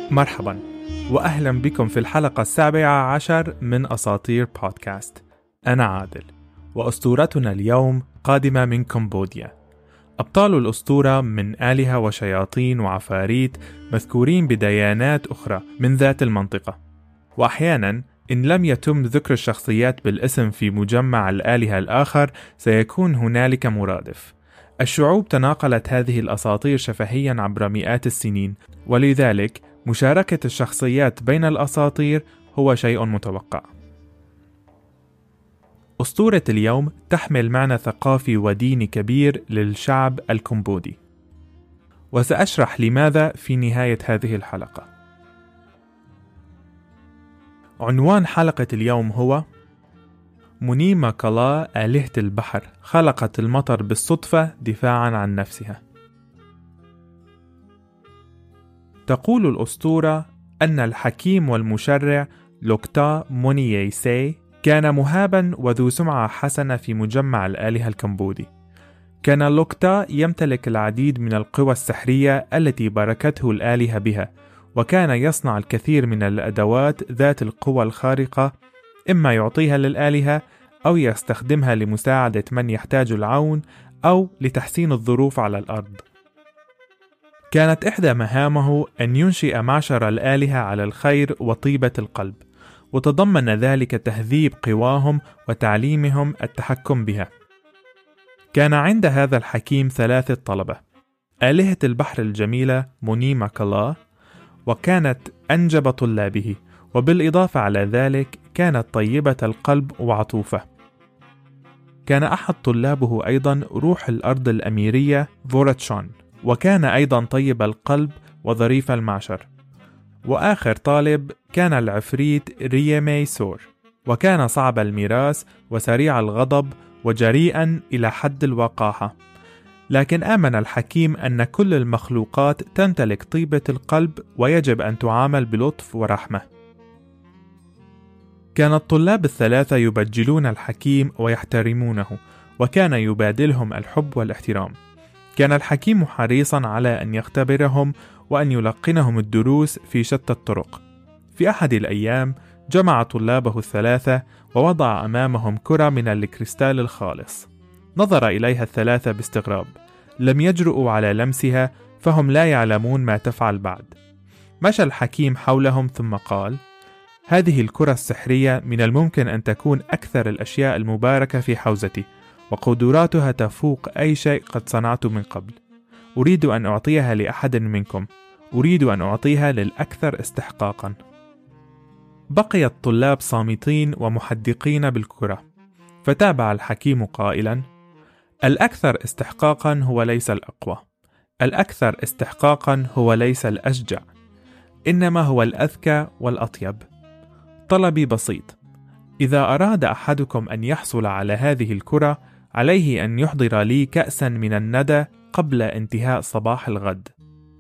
مرحبا وأهلا بكم في الحلقة 17 من أساطير بودكاست. أنا عادل، وأسطورتنا اليوم قادمة من كمبوديا. أبطال الأسطورة من آلهة وشياطين وعفاريت مذكورين بديانات أخرى من ذات المنطقة، وأحيانا إن لم يتم ذكر الشخصيات بالاسم في مجمع الآلهة الآخر سيكون هنالك مرادف. الشعوب تناقلت هذه الأساطير شفهيا عبر مئات السنين، ولذلك مشاركة الشخصيات بين الأساطير هو شيء متوقع. أسطورة اليوم تحمل معنى ثقافي وديني كبير للشعب الكمبودي، وسأشرح لماذا في نهاية هذه الحلقة. عنوان حلقة اليوم هو مونيما كلا آلهة البحر خلقت المطر بالصدفة دفاعا عن نفسها. تقول الأسطورة أن الحكيم والمشرع لوكتا مونييسي كان مهابا وذو سمعة حسنة في مجمع الآلهة الكمبودي. كان لوكتا يمتلك العديد من القوى السحرية التي باركته الآلهة بها، وكان يصنع الكثير من الأدوات ذات القوى الخارقة، إما يعطيها للآلهة أو يستخدمها لمساعدة من يحتاج العون أو لتحسين الظروف على الأرض. كانت إحدى مهامه أن ينشئ معشر الآلهة على الخير وطيبة القلب، وتضمن ذلك تهذيب قواهم وتعليمهم التحكم بها. كان عند هذا الحكيم 3 طلبة: آلهة البحر الجميلة مونيما كلا، وكانت أنجب طلابه، وبالإضافة على ذلك كانت طيبة القلب وعطوفة. كان أحد طلابه أيضا روح الأرض الأميرية فورتشون، وكان أيضا طيب القلب وظريف المعشر. وآخر طالب كان العفريت ريمي سور، وكان صعب الميراث وسريع الغضب وجريئا إلى حد الوقاحة. لكن آمن الحكيم أن كل المخلوقات تمتلك طيبة القلب ويجب أن تعامل بلطف ورحمة. كان الطلاب ال3 يبجلون الحكيم ويحترمونه، وكان يبادلهم الحب والاحترام. كان الحكيم حريصا على أن يختبرهم وأن يلقنهم الدروس في شتى الطرق. في أحد الأيام جمع طلابه ال3 ووضع أمامهم كرة من الكريستال الخالص. نظر إليها ال3 باستغراب، لم يجرؤوا على لمسها فهم لا يعلمون ما تفعل بعد. مشى الحكيم حولهم ثم قال: هذه الكرة السحرية من الممكن أن تكون أكثر الأشياء المباركة في حوزتي، وقدراتها تفوق أي شيء قد صنعته من قبل. أريد أن أعطيها لأحد منكم، أريد أن أعطيها للأكثر استحقاقا. بقي الطلاب صامتين ومحدقين بالكرة، فتابع الحكيم قائلا: الأكثر استحقاقا هو ليس الأقوى، الأكثر استحقاقا هو ليس الأشجع، إنما هو الأذكى والأطيب. طلبي بسيط: إذا أراد أحدكم أن يحصل على هذه الكرة عليه أن يحضر لي كأسا من الندى قبل انتهاء صباح الغد.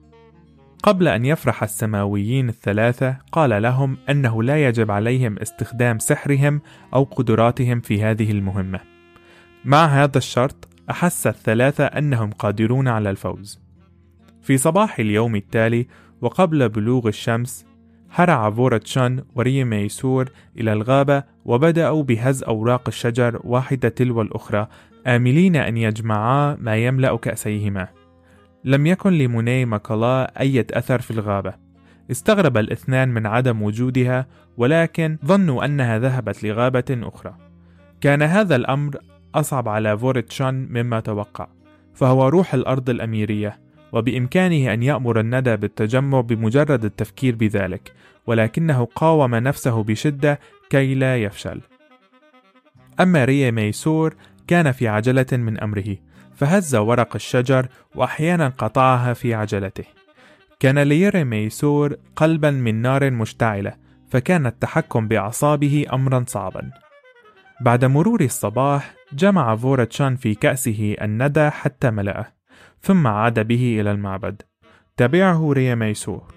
قبل أن يفرح السماويين ال3 قال لهم أنه لا يجب عليهم استخدام سحرهم أو قدراتهم في هذه المهمة. مع هذا الشرط أحس ال3 أنهم قادرون على الفوز. في صباح اليوم التالي وقبل بلوغ الشمس هرع فورتشون وريمي سور إلى الغابة، وبدأوا بهز أوراق الشجر واحدة تلو الأخرى، آملين أن يجمعا ما يملأ كأسيهما. لم يكن لمونيما كلا أي أثر في الغابة. استغرب ال2 من عدم وجودها، ولكن ظنوا أنها ذهبت لغابة أخرى. كان هذا الأمر أصعب على فورتشون مما توقع، فهو روح الأرض الأميرية، وبإمكانه أن يأمر الندى بالتجمع بمجرد التفكير بذلك، ولكنه قاوم نفسه بشدة كي لا يفشل. أما ريمي سور كان في عجلة من أمره، فهز ورق الشجر وأحيانا قطعها في عجلته. كان ليرمي سور قلبا من نار مشتعلة، فكان التحكم بأعصابه أمرا صعبا. بعد مرور الصباح جمع فورتشون في كأسه الندى حتى ملأه، ثم عاد به إلى المعبد. تبعه ريمي سور.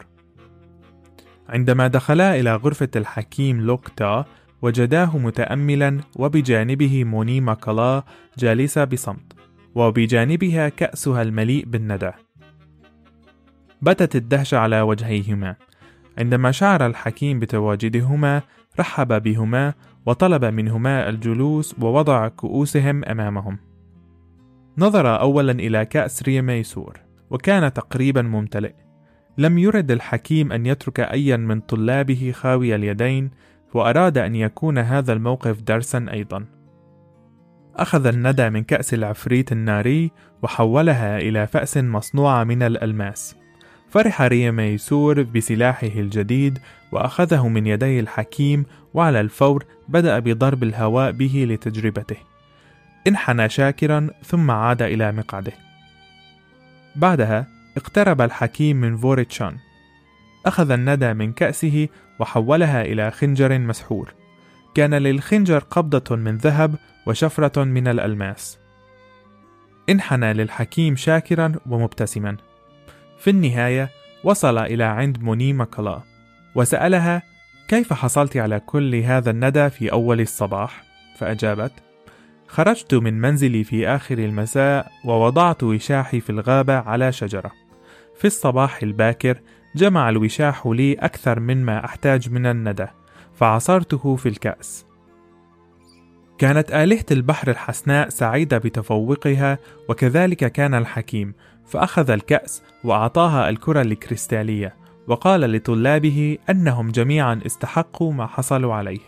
عندما دخلا إلى غرفة الحكيم لوكتا وجداه متأملا، وبجانبه مونيما كلا جالسة بصمت، وبجانبها كأسها المليء بالندى. باتت الدهشة على وجهيهما. عندما شعر الحكيم بتواجدهما رحب بهما وطلب منهما الجلوس ووضع كؤوسهم أمامهم. نظر أولا إلى كأس ري ميسور وكان تقريبا ممتلئ. لم يرد الحكيم أن يترك أيا من طلابه خاوي اليدين، وأراد أن يكون هذا الموقف درسا أيضا. أخذ الندى من كأس العفريت الناري وحولها إلى فأس مصنوعة من الألماس. فرح ري ميسور بسلاحه الجديد وأخذه من يدي الحكيم، وعلى الفور بدأ بضرب الهواء به لتجربته. انحنى شاكرا ثم عاد إلى مقعده. بعدها اقترب الحكيم من فورتشان، أخذ الندى من كأسه وحولها إلى خنجر مسحور. كان للخنجر قبضة من ذهب وشفرة من الألماس. انحنى للحكيم شاكرا ومبتسما. في النهاية وصل إلى عند موني مكلا وسألها: كيف حصلت على كل هذا الندى في أول الصباح؟ فأجابت: خرجت من منزلي في آخر المساء ووضعت وشاحي في الغابة على شجرة. في الصباح الباكر جمع الوشاح لي أكثر مما أحتاج من الندى، فعصرته في الكأس. كانت آلهة البحر الحسناء سعيدة بتفوقها، وكذلك كان الحكيم، فأخذ الكأس وأعطاها الكرة الكريستالية، وقال لطلابه أنهم جميعا استحقوا ما حصلوا عليه.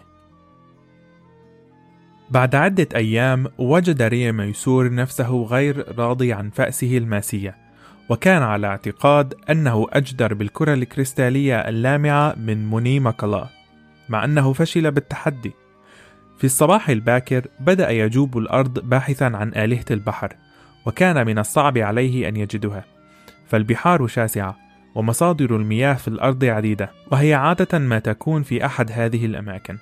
بعد عدة أيام وجد ري ميسور نفسه غير راضي عن فأسه الماسية، وكان على اعتقاد أنه أجدر بالكرة الكريستالية اللامعة من موني مكلا، مع أنه فشل بالتحدي. في الصباح الباكر بدأ يجوب الأرض باحثا عن آلهة البحر، وكان من الصعب عليه أن يجدها، فالبحار شاسعة ومصادر المياه في الأرض عديدة، وهي عادة ما تكون في أحد هذه الأماكن.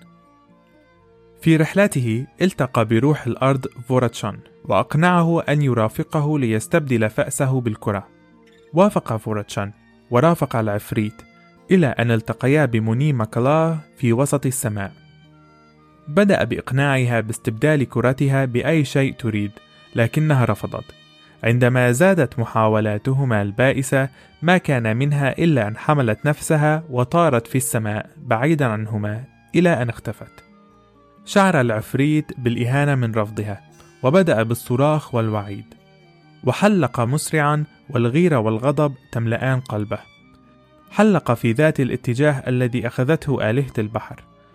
في رحلته التقى بروح الأرض فورتشان وأقنعه أن يرافقه ليستبدل فأسه بالكرة. وافق فورتشان ورافق العفريت إلى أن التقيا بموني مكلا في وسط السماء. بدأ بإقناعها باستبدال كرتها بأي شيء تريد، لكنها رفضت. عندما زادت محاولاتهما البائسة ما كان منها إلا أن حملت نفسها وطارت في السماء بعيدا عنهما إلى أن اختفت. شعر العفريت بالإهانة من رفضها، وبدأ بالصراخ والوعيد، وحلق مسرعا والغيرة والغضب تملأان قلبه. حلق في ذات الاتجاه الذي أخذته آلهة البحر.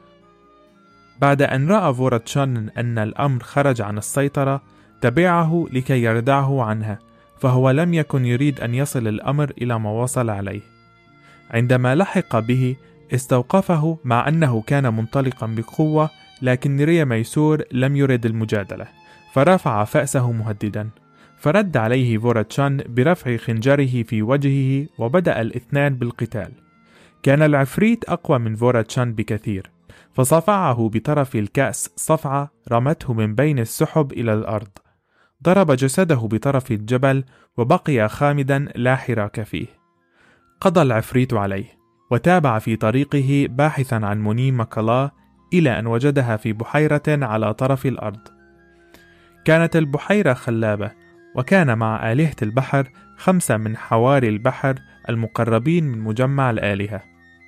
بعد أن رأى فورتشان أن الأمر خرج عن السيطرة تبعه لكي يردعه عنها، فهو لم يكن يريد أن يصل الأمر إلى ما وصل عليه. عندما لحق به استوقفه مع أنه كان منطلقا بقوة، لكن ري ميسور لم يرد المجادلة، فرفع فأسه مهددا. فرد عليه فورتشان برفع خنجره في وجهه، وبدأ الاثنان بالقتال. كان العفريت أقوى من فورتشان بكثير، فصفعه بطرف الكأس صفعة رمته من بين السحب إلى الأرض. ضرب جسده بطرف الجبل وبقي خامدا لا حراك فيه. قضى العفريت عليه وتابع في طريقه باحثا عن موني مكلا إلى أن وجدها في بحيرة على طرف الأرض. كانت البحيرة خلابة، وكان مع آلهة البحر 5 من حواري البحر المقربين من مجمع الآلهة.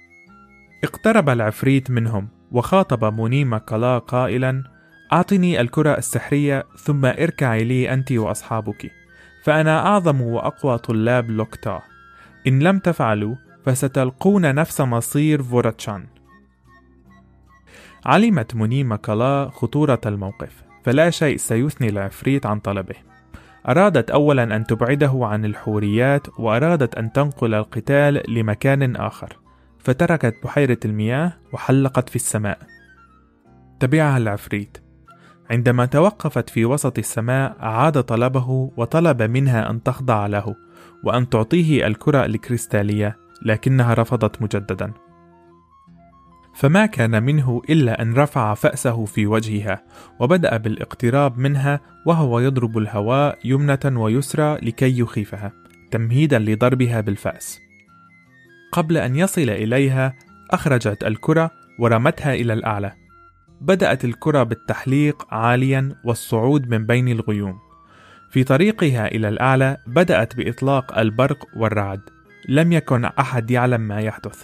اقترب العفريت منهم وخاطب موني مكلا قائلا: أعطني الكرة السحرية ثم اركعي لي أنت وأصحابك، فأنا أعظم وأقوى طلاب لوكتا. إن لم تفعلوا فستلقون نفس مصير فورتشان. علمت موني مكلا خطورة الموقف، فلا شيء سيثني العفريت عن طلبه. أرادت أولا أن تبعده عن الحوريات، وأرادت أن تنقل القتال لمكان آخر، فتركت بحيرة المياه وحلقت في السماء. تبعها العفريت. عندما توقفت في وسط السماء عاد طلبه وطلب منها أن تخضع له وأن تعطيه الكرة الكريستالية، لكنها رفضت مجددا. فما كان منه إلا أن رفع فأسه في وجهها وبدأ بالاقتراب منها وهو يضرب الهواء يمنة ويسرى لكي يخيفها، تمهيدا لضربها بالفأس. قبل أن يصل إليها أخرجت الكرة ورمتها إلى الأعلى. بدأت الكرة بالتحليق عاليا والصعود من بين الغيوم. في طريقها إلى الأعلى بدأت بإطلاق البرق والرعد. لم يكن أحد يعلم ما يحدث،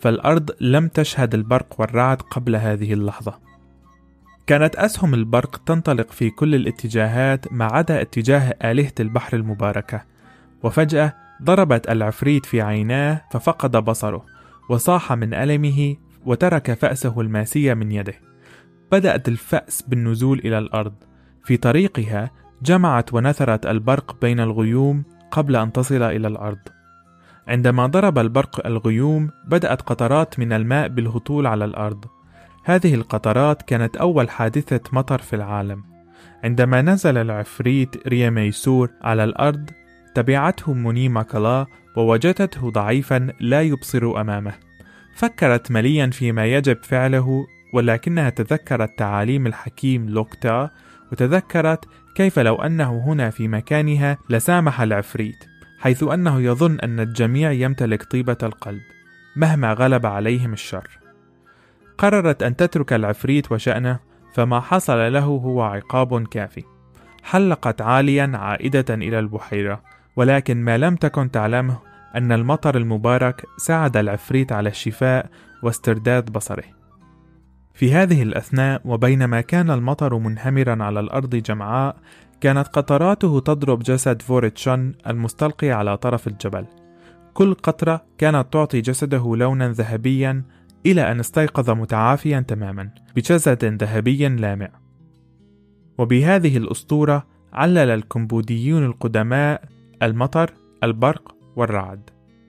فالأرض لم تشهد البرق والرعد قبل هذه اللحظة. كانت أسهم البرق تنطلق في كل الاتجاهات ما عدا اتجاه آلهة البحر المباركة، وفجأة ضربت العفريت في عيناه ففقد بصره وصاح من ألمه وترك فأسه الماسية من يده. بدأت الفأس بالنزول إلى الأرض. في طريقها جمعت ونثرت البرق بين الغيوم قبل أن تصل إلى الأرض. عندما ضرب البرق الغيوم بدأت قطرات من الماء بالهطول على الأرض. هذه القطرات كانت أول حادثة مطر في العالم. عندما نزل العفريت ريا ميسور على الأرض تبعته موني ماكلا ووجدته ضعيفا لا يبصر أمامه. فكرت مليا فيما يجب فعله، ولكنها تذكرت تعاليم الحكيم لوكتا وتذكرت كيف لو أنه هنا في مكانها لسامح العفريت، حيث أنه يظن أن الجميع يمتلك طيبة القلب مهما غلب عليهم الشر. قررت أن تترك العفريت وشأنه، فما حصل له هو عقاب كافي. حلقت عاليا عائدة إلى البحيرة، ولكن ما لم تكن تعلمه أن المطر المبارك ساعد العفريت على الشفاء واسترداد بصره. في هذه الأثناء وبينما كان المطر منهمرا على الأرض جمعاء، كانت قطراته تضرب جسد فورتشان المستلقي على طرف الجبل. كل قطرة كانت تعطي جسده لونا ذهبيا إلى أن استيقظ متعافيا تماما بجسد ذهبي لامع. وبهذه الأسطورة علل الكمبوديون القدماء المطر، البرق والرعد.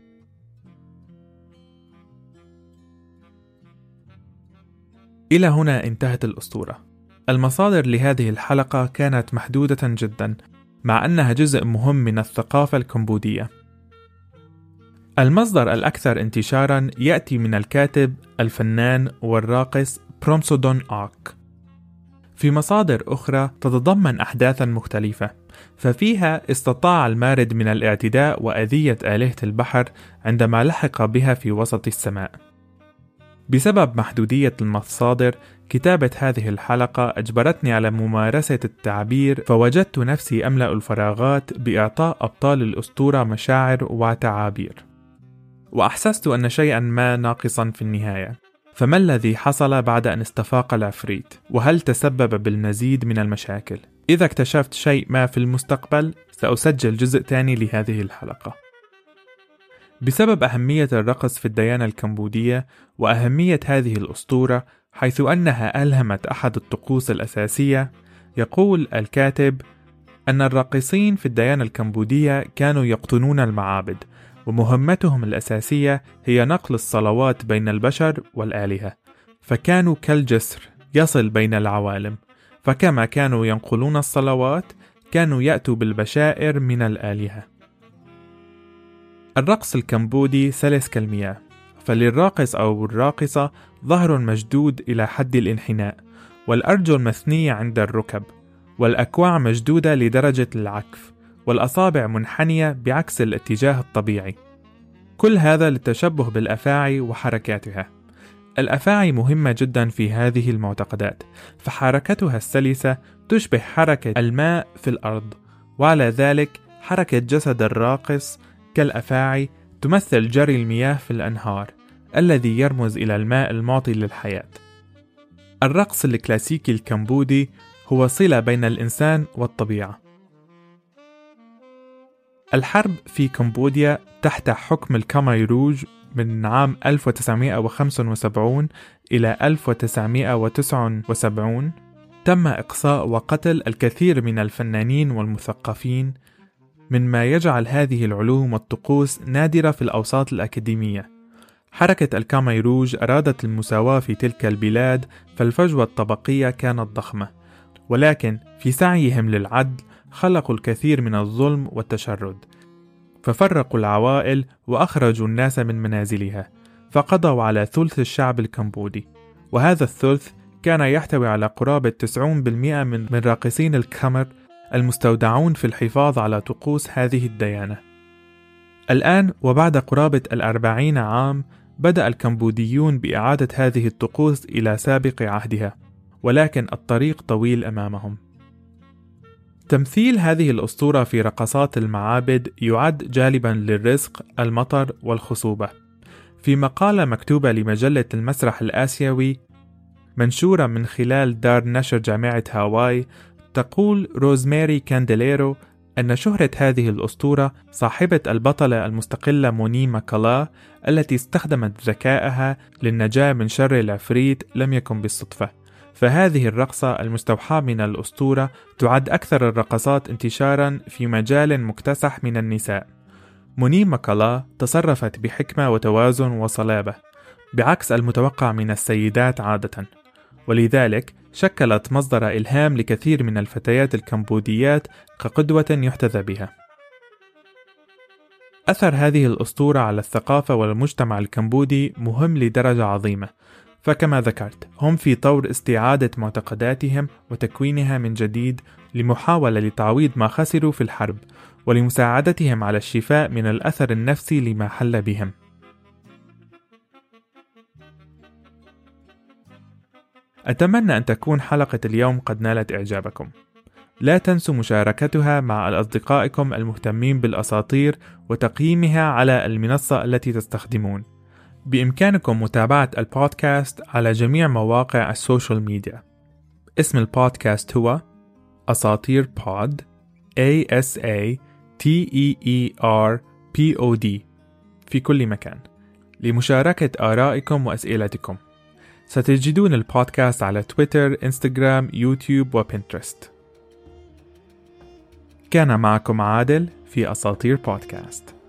إلى هنا انتهت الأسطورة. المصادر لهذه الحلقة كانت محدودة جدا، مع أنها جزء مهم من الثقافة الكمبودية. المصدر الأكثر انتشارا يأتي من الكاتب الفنان والراقص برومسودون آك. في مصادر أخرى تتضمن أحداثا مختلفة، ففيها استطاع المارد من الاعتداء وأذية آلهة البحر عندما لحق بها في وسط السماء. بسبب محدودية المصادر، كتابة هذه الحلقة أجبرتني على ممارسة التعبير، فوجدت نفسي أملأ الفراغات بإعطاء أبطال الأسطورة مشاعر وتعابير. وأحسست أن شيئا ما ناقصا في النهاية. فما الذي حصل بعد أن استفاق العفريت؟ وهل تسبب بالمزيد من المشاكل؟ إذا اكتشفت شيء ما في المستقبل سأسجل جزء ثاني لهذه الحلقة. بسبب أهمية الرقص في الديانة الكمبودية وأهمية هذه الأسطورة حيث أنها ألهمت أحد الطقوس الأساسية، يقول الكاتب أن الراقصين في الديانة الكمبودية كانوا يقطنون المعابد، ومهمتهم الأساسية هي نقل الصلوات بين البشر والآلهة، فكانوا كالجسر يصل بين العوالم. فكما كانوا ينقلون الصلوات كانوا يأتوا بالبشائر من الآلهة. الرقص الكمبودي سلس كالمياه، فللراقص أو الراقصة ظهر مشدود إلى حد الانحناء، والأرجل مثنية عند الركب، والأكواع مشدودة لدرجة العكف، والأصابع منحنية بعكس الاتجاه الطبيعي. كل هذا للتشبه بالأفاعي وحركاتها. الأفاعي مهمة جدا في هذه المعتقدات، فحركتها السلسة تشبه حركة الماء في الأرض، وعلى ذلك حركة جسد الراقص كالأفاعي تمثل جري المياه في الأنهار الذي يرمز إلى الماء المعطي للحياة. الرقص الكلاسيكي الكمبودي هو صلة بين الإنسان والطبيعة. الحرب في كمبوديا تحت حكم الكاماي روج من عام 1975 إلى 1979 تم إقصاء وقتل الكثير من الفنانين والمثقفين، مما يجعل هذه العلوم والطقوس نادرة في الأوساط الأكاديمية. حركة الكاماي روج أرادت المساواة في تلك البلاد، فالفجوة الطبقية كانت ضخمة، ولكن في سعيهم للعدل خلقوا الكثير من الظلم والتشرد، ففرقوا العوائل وأخرجوا الناس من منازلها، فقضوا على ثلث الشعب الكمبودي، وهذا الثلث كان يحتوي على قرابة 90% من راقصين الكامر المستودعون في الحفاظ على طقوس هذه الديانة. الآن وبعد قرابة 40 عام بدأ الكمبوديون بإعادة هذه الطقوس إلى سابق عهدها، ولكن الطريق طويل أمامهم. تمثيل هذه الأسطورة في رقصات المعابد يعد جالبا للرزق، المطر والخصوبة. في مقالة مكتوبة لمجلة المسرح الآسيوي منشورة من خلال دار نشر جامعة هاواي، تقول روزماري كانديليرو أن شهرة هذه الأسطورة صاحبة البطلة المستقلة موني ماكالا التي استخدمت ذكائها للنجاة من شر العفريت لم يكن بالصدفة، فهذه الرقصة المستوحاة من الأسطورة تعد أكثر الرقصات انتشاراً في مجال مكتسح من النساء. موني ماكالا تصرفت بحكمة وتوازن وصلابة بعكس المتوقع من السيدات عادة، ولذلك شكلت مصدر إلهام لكثير من الفتيات الكمبوديات كقدوة يحتذى بها. أثر هذه الأسطورة على الثقافة والمجتمع الكمبودي مهم لدرجة عظيمة، فكما ذكرت هم في طور استعادة معتقداتهم وتكوينها من جديد لمحاولة لتعويض ما خسروا في الحرب ولمساعدتهم على الشفاء من الأثر النفسي لما حل بهم. أتمنى أن تكون حلقة اليوم قد نالت إعجابكم. لا تنسوا مشاركتها مع أصدقائكم المهتمين بالأساطير وتقييمها على المنصة التي تستخدمون. بإمكانكم متابعة البودكاست على جميع مواقع السوشيال ميديا. اسم البودكاست هو أساطير بود ASATEERPOD في كل مكان لمشاركة آرائكم وأسئلتكم. ستجدون البودكاست على تويتر، إنستغرام، يوتيوب وبنترست. كان معكم عادل في أساطير بودكاست.